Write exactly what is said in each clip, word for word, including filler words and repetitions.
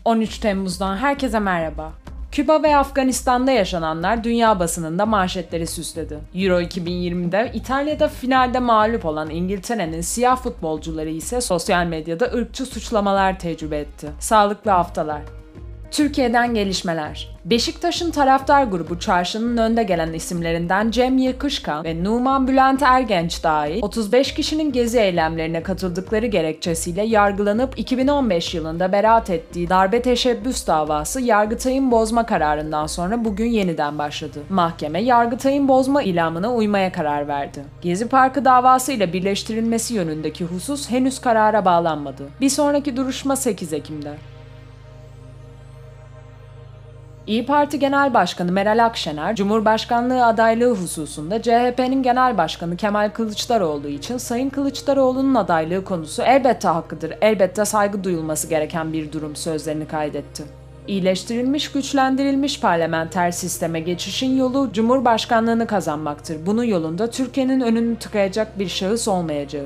on üç Temmuz'dan herkese merhaba. Küba ve Afganistan'da yaşananlar dünya basınında manşetleri süsledi. Euro iki bin yirmide İtalya'da finalde mağlup olan İngiltere'nin siyah futbolcuları ise sosyal medyada ırkçı suçlamalar tecrübe etti. Sağlıklı haftalar. Türkiye'den gelişmeler. Beşiktaş'ın taraftar grubu Çarşı'nın önde gelen isimlerinden Cem Yakışkan ve Numan Bülent Ergenç dahil otuz beş kişinin gezi eylemlerine katıldıkları gerekçesiyle yargılanıp iki bin on beş yılında beraat ettiği darbe teşebbüs davası Yargıtay'ın bozma kararından sonra bugün yeniden başladı. Mahkeme Yargıtay'ın bozma ilamına uymaya karar verdi. Gezi Parkı davası ile birleştirilmesi yönündeki husus henüz karara bağlanmadı. Bir sonraki duruşma sekiz Ekim'de. İYİ Parti Genel Başkanı Meral Akşener, Cumhurbaşkanlığı adaylığı hususunda C H P'nin Genel Başkanı Kemal Kılıçdaroğlu için Sayın Kılıçdaroğlu'nun adaylığı konusu elbette hakkıdır, elbette saygı duyulması gereken bir durum sözlerini kaydetti. İyileştirilmiş, güçlendirilmiş parlamenter sisteme geçişin yolu Cumhurbaşkanlığını kazanmaktır. Bunun yolunda Türkiye'nin önünü tıkayacak bir şahıs olmayacağım.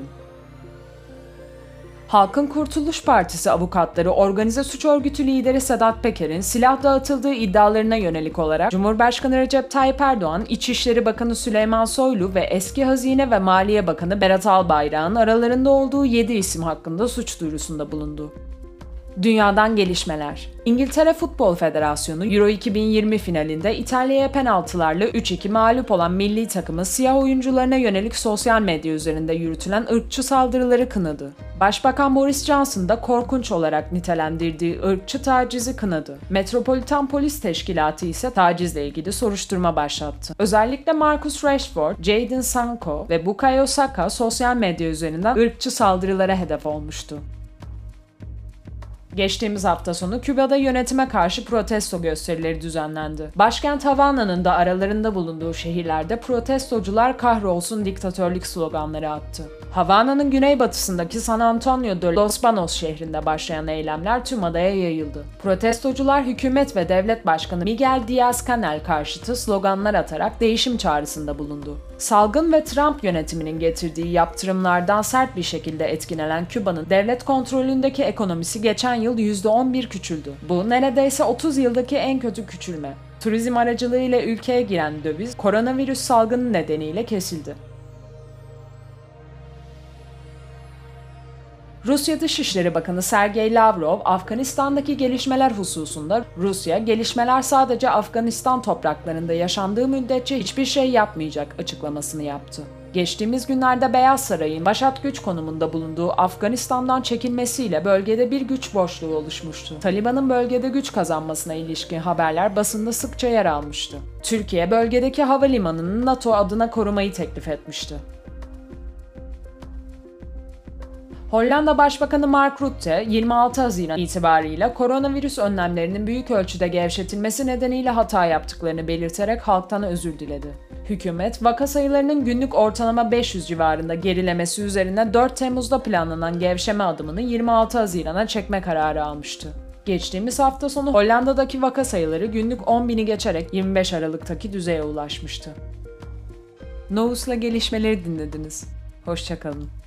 Halkın Kurtuluş Partisi avukatları organize suç örgütü lideri Sedat Peker'in silah dağıtıldığı iddialarına yönelik olarak Cumhurbaşkanı Recep Tayyip Erdoğan, İçişleri Bakanı Süleyman Soylu ve eski Hazine ve Maliye Bakanı Berat Albayrak'ın aralarında olduğu yedi isim hakkında suç duyurusunda bulundu. Dünyadan gelişmeler. İngiltere Futbol Federasyonu Euro iki bin yirmi finalinde İtalya'ya penaltılarla üç iki mağlup olan milli takımı siyah oyuncularına yönelik sosyal medya üzerinde yürütülen ırkçı saldırıları kınadı. Başbakan Boris Johnson da korkunç olarak nitelendirdiği ırkçı tacizi kınadı. Metropolitan Polis Teşkilatı ise tacizle ilgili soruşturma başlattı. Özellikle Marcus Rashford, Jadon Sancho ve Bukayo Saka sosyal medya üzerinden ırkçı saldırılara hedef olmuştu. Geçtiğimiz hafta sonu Küba'da yönetime karşı protesto gösterileri düzenlendi. Başkent Havana'nın da aralarında bulunduğu şehirlerde protestocular kahrolsun diktatörlük sloganları attı. Havana'nın güneybatısındaki San Antonio de los Banos şehrinde başlayan eylemler tüm adaya yayıldı. Protestocular hükümet ve devlet başkanı Miguel Díaz-Canel karşıtı sloganlar atarak değişim çağrısında bulundu. Salgın ve Trump yönetiminin getirdiği yaptırımlardan sert bir şekilde etkilenen Küba'nın devlet kontrolündeki ekonomisi geçen yıl yüzde on bir küçüldü. Bu neredeyse otuz yıldaki en kötü küçülme. Turizm aracılığıyla ülkeye giren döviz, koronavirüs salgını nedeniyle kesildi. Rusya Dışişleri Bakanı Sergey Lavrov, Afganistan'daki gelişmeler hususunda Rusya, gelişmeler sadece Afganistan topraklarında yaşandığı müddetçe hiçbir şey yapmayacak açıklamasını yaptı. Geçtiğimiz günlerde Beyaz Saray'ın başat güç konumunda bulunduğu Afganistan'dan çekilmesiyle bölgede bir güç boşluğu oluşmuştu. Taliban'ın bölgede güç kazanmasına ilişkin haberler basında sıkça yer almıştı. Türkiye, bölgedeki havalimanını NATO adına korumayı teklif etmişti. Hollanda Başbakanı Mark Rutte, yirmi altı Haziran itibarıyla koronavirüs önlemlerinin büyük ölçüde gevşetilmesi nedeniyle hata yaptıklarını belirterek halktan özür diledi. Hükümet, vaka sayılarının günlük ortalama beş yüz civarında gerilemesi üzerine dört Temmuz'da planlanan gevşeme adımını yirmi altı Haziran'a çekme kararı almıştı. Geçtiğimiz hafta sonu Hollanda'daki vaka sayıları günlük on bini geçerek yirmi beş Aralık'taki düzeye ulaşmıştı. Novus'la gelişmeleri dinlediniz. Hoşça kalın.